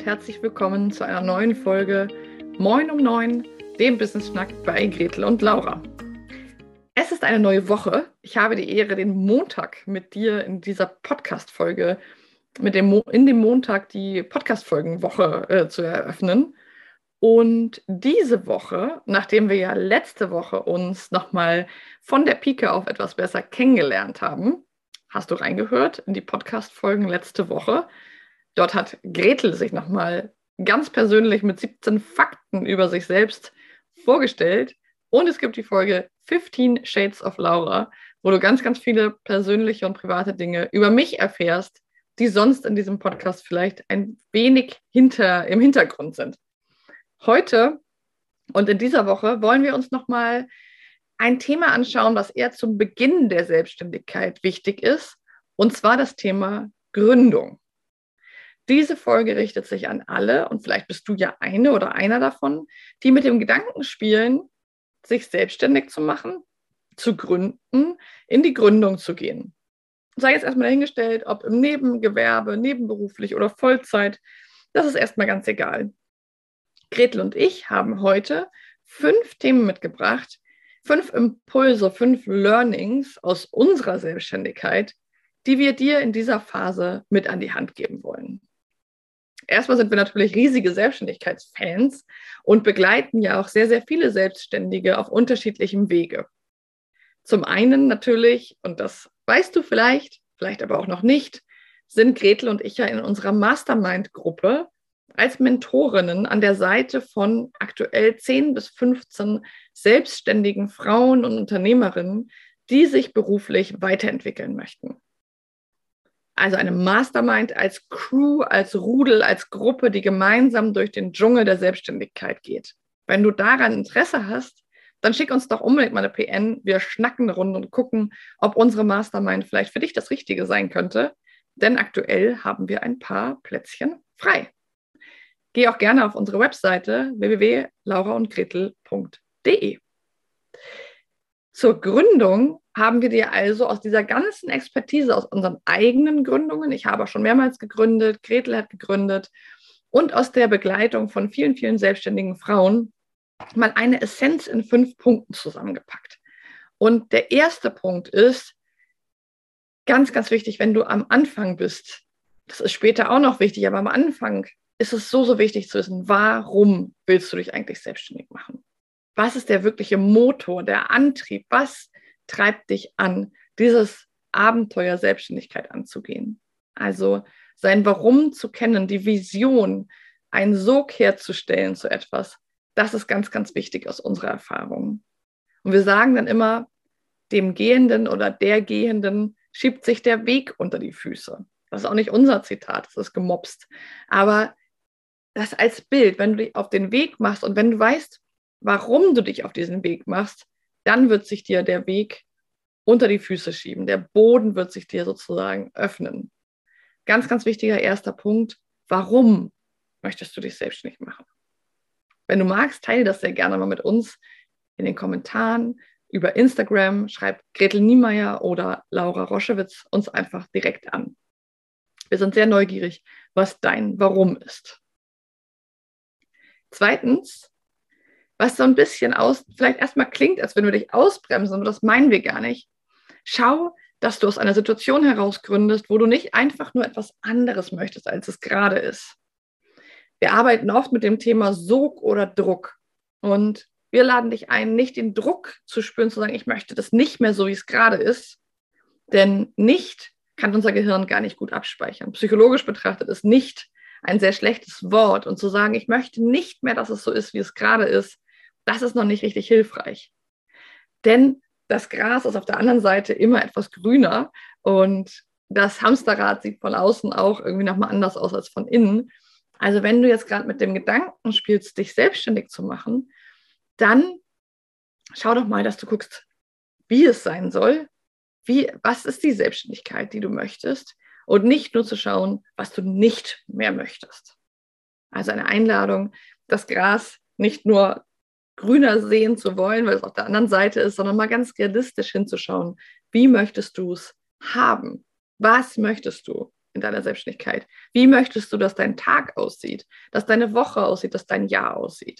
und herzlich willkommen zu einer neuen Folge Moin um 9, dem Business Schnack bei Gretel und Laura. Es ist eine neue Woche. Ich habe die Ehre, den Montag mit dir in dieser Podcast-Folge, in dem Montag die Podcast-Folgenwoche zu eröffnen. Und diese Woche, nachdem wir ja letzte Woche uns nochmal von der Pike auf etwas besser kennengelernt haben, hast du reingehört in die Podcast-Folgen letzte Woche? Dort hat Gretel sich nochmal ganz persönlich mit 17 Fakten über sich selbst vorgestellt. Und es gibt die Folge 15 Shades of Laura, wo du ganz, ganz viele persönliche und private Dinge über mich erfährst, die sonst in diesem Podcast vielleicht ein wenig im Hintergrund sind. Heute und in dieser Woche wollen wir uns nochmal ein Thema anschauen, was eher zum Beginn der Selbstständigkeit wichtig ist, und zwar das Thema Gründung. Diese Folge richtet sich an alle, und vielleicht bist du ja eine oder einer davon, die mit dem Gedanken spielen, sich selbstständig zu machen, zu gründen, in die Gründung zu gehen. Sei jetzt erstmal dahingestellt, ob im Nebengewerbe, nebenberuflich oder Vollzeit, das ist erstmal ganz egal. Gretel und ich haben heute 5 Themen mitgebracht, 5 Impulse, 5 Learnings aus unserer Selbstständigkeit, die wir dir in dieser Phase mit an die Hand geben wollen. Erstmal sind wir natürlich riesige Selbstständigkeitsfans und begleiten ja auch sehr, sehr viele Selbstständige auf unterschiedlichem Wege. Zum einen natürlich, und das weißt du vielleicht aber auch noch nicht, sind Gretel und ich ja in unserer Mastermind-Gruppe als Mentorinnen an der Seite von aktuell 10 bis 15 selbstständigen Frauen und Unternehmerinnen, die sich beruflich weiterentwickeln möchten. Also eine Mastermind als Crew, als Rudel, als Gruppe, die gemeinsam durch den Dschungel der Selbstständigkeit geht. Wenn du daran Interesse hast, dann schick uns doch unbedingt mal eine PN. Wir schnacken eine Runde und gucken, ob unsere Mastermind vielleicht für dich das Richtige sein könnte. Denn aktuell haben wir ein paar Plätzchen frei. Geh auch gerne auf unsere Webseite www.lauraundgretel.de. Zur Gründung haben wir dir also aus dieser ganzen Expertise, aus unseren eigenen Gründungen, ich habe auch schon mehrmals gegründet, Gretel hat gegründet, und aus der Begleitung von vielen, vielen selbstständigen Frauen mal eine Essenz in 5 Punkten zusammengepackt. Und der erste Punkt ist, ganz, ganz wichtig, wenn du am Anfang bist, das ist später auch noch wichtig, aber am Anfang ist es so, so wichtig zu wissen, warum willst du dich eigentlich selbstständig machen? Was ist der wirkliche Motor, der Antrieb? Was treibt dich an, dieses Abenteuer Selbstständigkeit anzugehen? Also sein Warum zu kennen, die Vision, einen Sog herzustellen zu etwas, das ist ganz, ganz wichtig aus unserer Erfahrung. Und wir sagen dann immer, dem Gehenden oder der Gehenden schiebt sich der Weg unter die Füße. Das ist auch nicht unser Zitat, das ist gemopst. Aber das als Bild, wenn du dich auf den Weg machst und wenn du weißt, warum du dich auf diesen Weg machst, dann wird sich dir der Weg unter die Füße schieben. Der Boden wird sich dir sozusagen öffnen. Ganz, ganz wichtiger erster Punkt. Warum möchtest du dich selbstständig machen? Wenn du magst, teile das sehr gerne mal mit uns in den Kommentaren über Instagram. Schreib Gretel Niemeyer oder Laura Roschewitz uns einfach direkt an. Wir sind sehr neugierig, was dein Warum ist. Zweitens, was so ein bisschen vielleicht erstmal klingt, als wenn wir dich ausbremsen, aber das meinen wir gar nicht. Schau, dass du aus einer Situation heraus gründest, wo du nicht einfach nur etwas anderes möchtest, als es gerade ist. Wir arbeiten oft mit dem Thema Sog oder Druck. Und wir laden dich ein, nicht den Druck zu spüren, zu sagen, ich möchte das nicht mehr so, wie es gerade ist. Denn nicht kann unser Gehirn gar nicht gut abspeichern. Psychologisch betrachtet ist nicht ein sehr schlechtes Wort. Und zu sagen, ich möchte nicht mehr, dass es so ist, wie es gerade ist, das ist noch nicht richtig hilfreich. Denn das Gras ist auf der anderen Seite immer etwas grüner und das Hamsterrad sieht von außen auch irgendwie nochmal anders aus als von innen. Also wenn du jetzt gerade mit dem Gedanken spielst, dich selbstständig zu machen, dann schau doch mal, dass du guckst, wie es sein soll. Was ist die Selbstständigkeit, die du möchtest? Und nicht nur zu schauen, was du nicht mehr möchtest. Also eine Einladung, das Gras nicht nur grüner sehen zu wollen, weil es auf der anderen Seite ist, sondern mal ganz realistisch hinzuschauen, wie möchtest du es haben? Was möchtest du? in deiner Selbstständigkeit? Wie möchtest du, dass dein Tag aussieht, dass deine Woche aussieht, dass dein Jahr aussieht?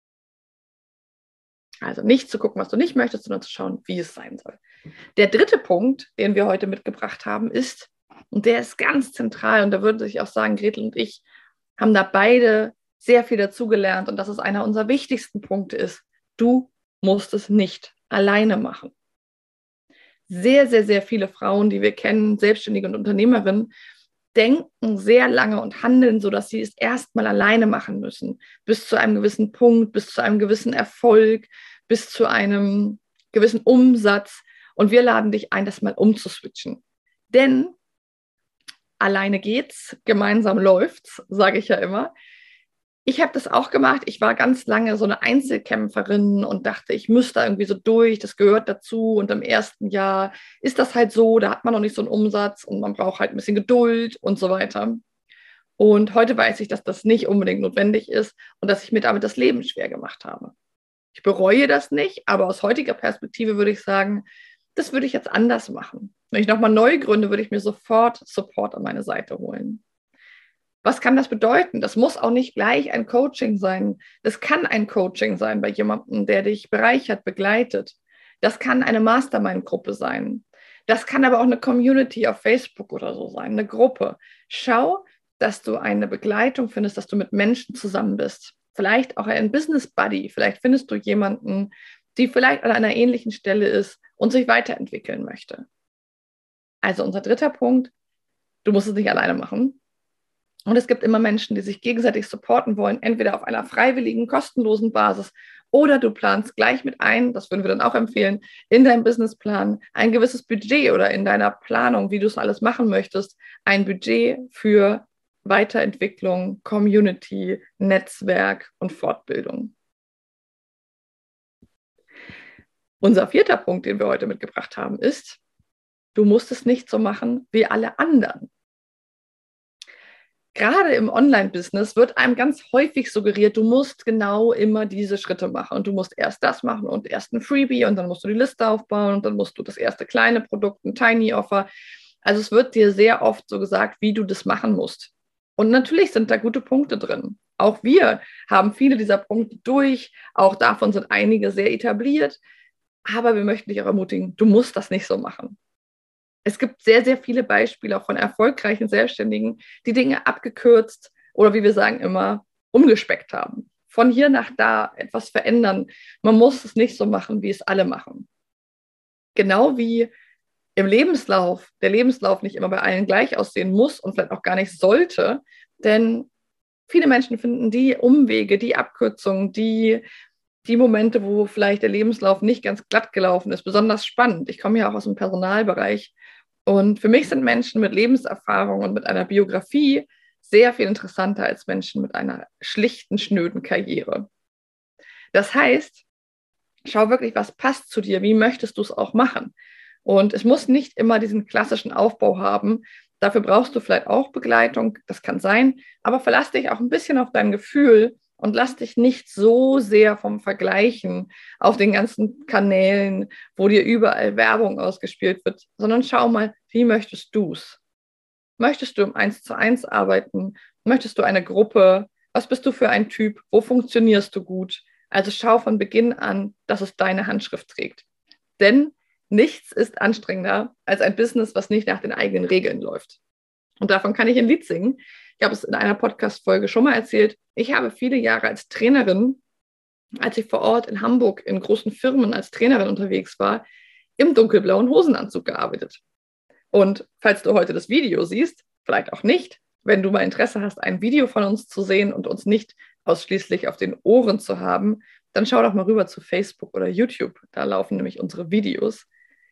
Also nicht zu gucken, was du nicht möchtest, sondern zu schauen, wie es sein soll. Der dritte Punkt, den wir heute mitgebracht haben, ist, und der ist ganz zentral, und da würde ich auch sagen, Gretel und ich haben da beide sehr viel dazugelernt, und das ist einer unserer wichtigsten Punkte ist, du musst es nicht alleine machen. Sehr, sehr, sehr viele Frauen, die wir kennen, Selbstständige und Unternehmerinnen, denken sehr lange und handeln so, dass sie es erstmal alleine machen müssen, bis zu einem gewissen Punkt, bis zu einem gewissen Erfolg, bis zu einem gewissen Umsatz. Und wir laden dich ein, das mal umzuswitchen. Denn alleine geht's, gemeinsam läuft's, sage ich ja immer. Ich habe das auch gemacht. Ich war ganz lange so eine Einzelkämpferin und dachte, ich müsste irgendwie so durch, das gehört dazu. Und im ersten Jahr ist das halt so, da hat man noch nicht so einen Umsatz und man braucht halt ein bisschen Geduld und so weiter. Und heute weiß ich, dass das nicht unbedingt notwendig ist und dass ich mir damit das Leben schwer gemacht habe. Ich bereue das nicht, aber aus heutiger Perspektive würde ich sagen, das würde ich jetzt anders machen. Wenn ich nochmal neu gründe, würde ich mir sofort Support an meine Seite holen. Was kann das bedeuten? Das muss auch nicht gleich ein Coaching sein. Das kann ein Coaching sein bei jemandem, der dich bereichert, begleitet. Das kann eine Mastermind-Gruppe sein. Das kann aber auch eine Community auf Facebook oder so sein, eine Gruppe. Schau, dass du eine Begleitung findest, dass du mit Menschen zusammen bist. Vielleicht auch ein Business Buddy. Vielleicht findest du jemanden, die vielleicht an einer ähnlichen Stelle ist und sich weiterentwickeln möchte. Also unser dritter Punkt, du musst es nicht alleine machen. Und es gibt immer Menschen, die sich gegenseitig supporten wollen, entweder auf einer freiwilligen, kostenlosen Basis oder du planst gleich mit ein, das würden wir dann auch empfehlen, in deinem Businessplan ein gewisses Budget oder in deiner Planung, wie du es alles machen möchtest, ein Budget für Weiterentwicklung, Community, Netzwerk und Fortbildung. Unser vierter Punkt, den wir heute mitgebracht haben, ist, du musst es nicht so machen wie alle anderen. Gerade im Online-Business wird einem ganz häufig suggeriert, du musst genau immer diese Schritte machen und du musst erst das machen und erst ein Freebie und dann musst du die Liste aufbauen und dann musst du das erste kleine Produkt, ein Tiny Offer. Also es wird dir sehr oft so gesagt, wie du das machen musst. Und natürlich sind da gute Punkte drin. Auch wir haben viele dieser Punkte durch, auch davon sind einige sehr etabliert, aber wir möchten dich auch ermutigen, du musst das nicht so machen. Es gibt sehr, sehr viele Beispiele auch von erfolgreichen Selbstständigen, die Dinge abgekürzt oder wie wir sagen immer, umgespeckt haben. Von hier nach da etwas verändern. Man muss es nicht so machen, wie es alle machen. Genau wie im Lebenslauf, der Lebenslauf nicht immer bei allen gleich aussehen muss und vielleicht auch gar nicht sollte, denn viele Menschen finden die Umwege, die Abkürzungen, die Momente, wo vielleicht der Lebenslauf nicht ganz glatt gelaufen ist, besonders spannend. Ich komme ja auch aus dem Personalbereich und für mich sind Menschen mit Lebenserfahrung und mit einer Biografie sehr viel interessanter als Menschen mit einer schlichten, schnöden Karriere. Das heißt, schau wirklich, was passt zu dir, wie möchtest du es auch machen. Und es muss nicht immer diesen klassischen Aufbau haben. Dafür brauchst du vielleicht auch Begleitung, das kann sein, aber verlass dich auch ein bisschen auf dein Gefühl und lass dich nicht so sehr vom Vergleichen auf den ganzen Kanälen, wo dir überall Werbung ausgespielt wird, sondern schau mal, wie möchtest du es? Möchtest du im 1:1 arbeiten? Möchtest du eine Gruppe? Was bist du für ein Typ? Wo funktionierst du gut? Also schau von Beginn an, dass es deine Handschrift trägt. Denn nichts ist anstrengender als ein Business, was nicht nach den eigenen Regeln läuft. Und davon kann ich ein Lied singen. Ich habe es in einer Podcast-Folge schon mal erzählt. Ich habe viele Jahre als Trainerin, als ich vor Ort in Hamburg in großen Firmen als Trainerin unterwegs war, im dunkelblauen Hosenanzug gearbeitet. Und falls du heute das Video siehst, vielleicht auch nicht, wenn du mal Interesse hast, ein Video von uns zu sehen und uns nicht ausschließlich auf den Ohren zu haben, dann schau doch mal rüber zu Facebook oder YouTube. Da laufen nämlich unsere Videos.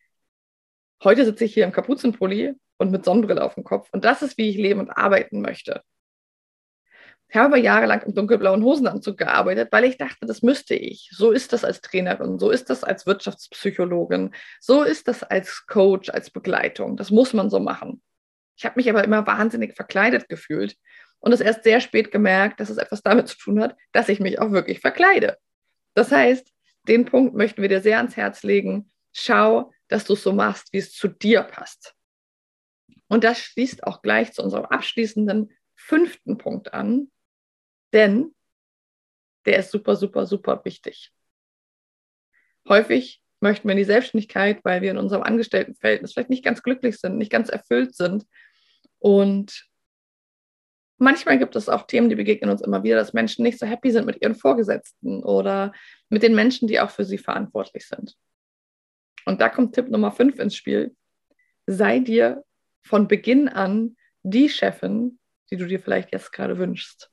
Heute sitze ich hier im Kapuzenpulli und mit Sonnenbrille auf dem Kopf. Und das ist, wie ich leben und arbeiten möchte. Ich habe aber jahrelang im dunkelblauen Hosenanzug gearbeitet, weil ich dachte, das müsste ich. So ist das als Trainerin, so ist das als Wirtschaftspsychologin, so ist das als Coach, als Begleitung. Das muss man so machen. Ich habe mich aber immer wahnsinnig verkleidet gefühlt und es erst sehr spät gemerkt, dass es etwas damit zu tun hat, dass ich mich auch wirklich verkleide. Das heißt, den Punkt möchten wir dir sehr ans Herz legen. Schau, dass du es so machst, wie es zu dir passt. Und das schließt auch gleich zu unserem abschließenden 5. Punkt an, denn der ist super, super, super wichtig. Häufig möchten wir in die Selbstständigkeit, weil wir in unserem Angestelltenverhältnis vielleicht nicht ganz glücklich sind, nicht ganz erfüllt sind. Und manchmal gibt es auch Themen, die begegnen uns immer wieder, dass Menschen nicht so happy sind mit ihren Vorgesetzten oder mit den Menschen, die auch für sie verantwortlich sind. Und da kommt Tipp Nummer 5 ins Spiel. Sei dir von Beginn an die Chefin, die du dir vielleicht jetzt gerade wünschst.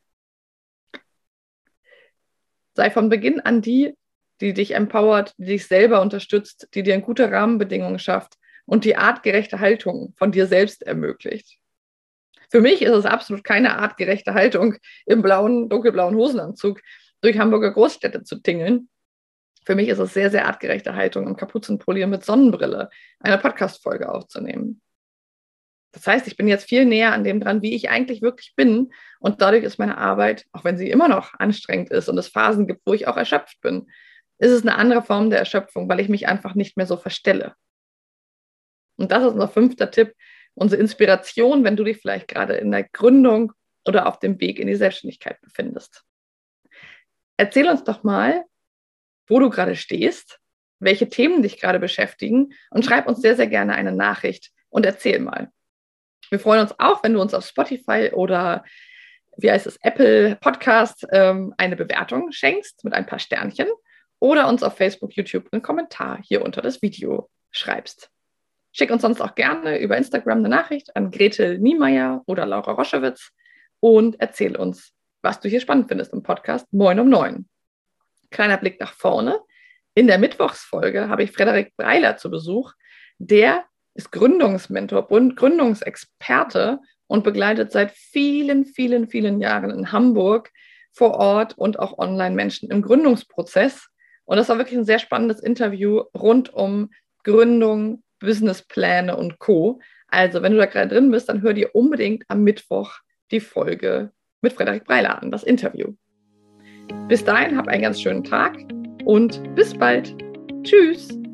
Sei von Beginn an die dich empowert, die dich selber unterstützt, die dir gute Rahmenbedingungen schafft und die artgerechte Haltung von dir selbst ermöglicht. Für mich ist es absolut keine artgerechte Haltung, im dunkelblauen Hosenanzug durch Hamburger Großstädte zu tingeln. Für mich ist es sehr, sehr artgerechte Haltung, im Kapuzenpulli mit Sonnenbrille eine Podcast-Folge aufzunehmen. Das heißt, ich bin jetzt viel näher an dem dran, wie ich eigentlich wirklich bin. Und dadurch ist meine Arbeit, auch wenn sie immer noch anstrengend ist und es Phasen gibt, wo ich auch erschöpft bin, ist es eine andere Form der Erschöpfung, weil ich mich einfach nicht mehr so verstelle. Und das ist unser 5. Tipp, unsere Inspiration, wenn du dich vielleicht gerade in der Gründung oder auf dem Weg in die Selbstständigkeit befindest. Erzähl uns doch mal, wo du gerade stehst, welche Themen dich gerade beschäftigen und schreib uns sehr, sehr gerne eine Nachricht und erzähl mal. Wir freuen uns auch, wenn du uns auf Spotify oder Apple Podcast eine Bewertung schenkst mit ein paar Sternchen oder uns auf Facebook, YouTube einen Kommentar hier unter das Video schreibst. Schick uns sonst auch gerne über Instagram eine Nachricht an Gretel Niemeyer oder Laura Roschewitz und erzähl uns, was du hier spannend findest im Podcast Moin um 9. Kleiner Blick nach vorne. In der Mittwochsfolge habe ich Frederik Breiler zu Besuch. Der ist Gründungsmentor und Gründungsexperte und begleitet seit vielen, vielen, vielen Jahren in Hamburg vor Ort und auch online Menschen im Gründungsprozess. Und das war wirklich ein sehr spannendes Interview rund um Gründung, Businesspläne und Co. Also, wenn du da gerade drin bist, dann hör dir unbedingt am Mittwoch die Folge mit Frederik Breiler an, das Interview. Bis dahin, hab einen ganz schönen Tag und bis bald. Tschüss.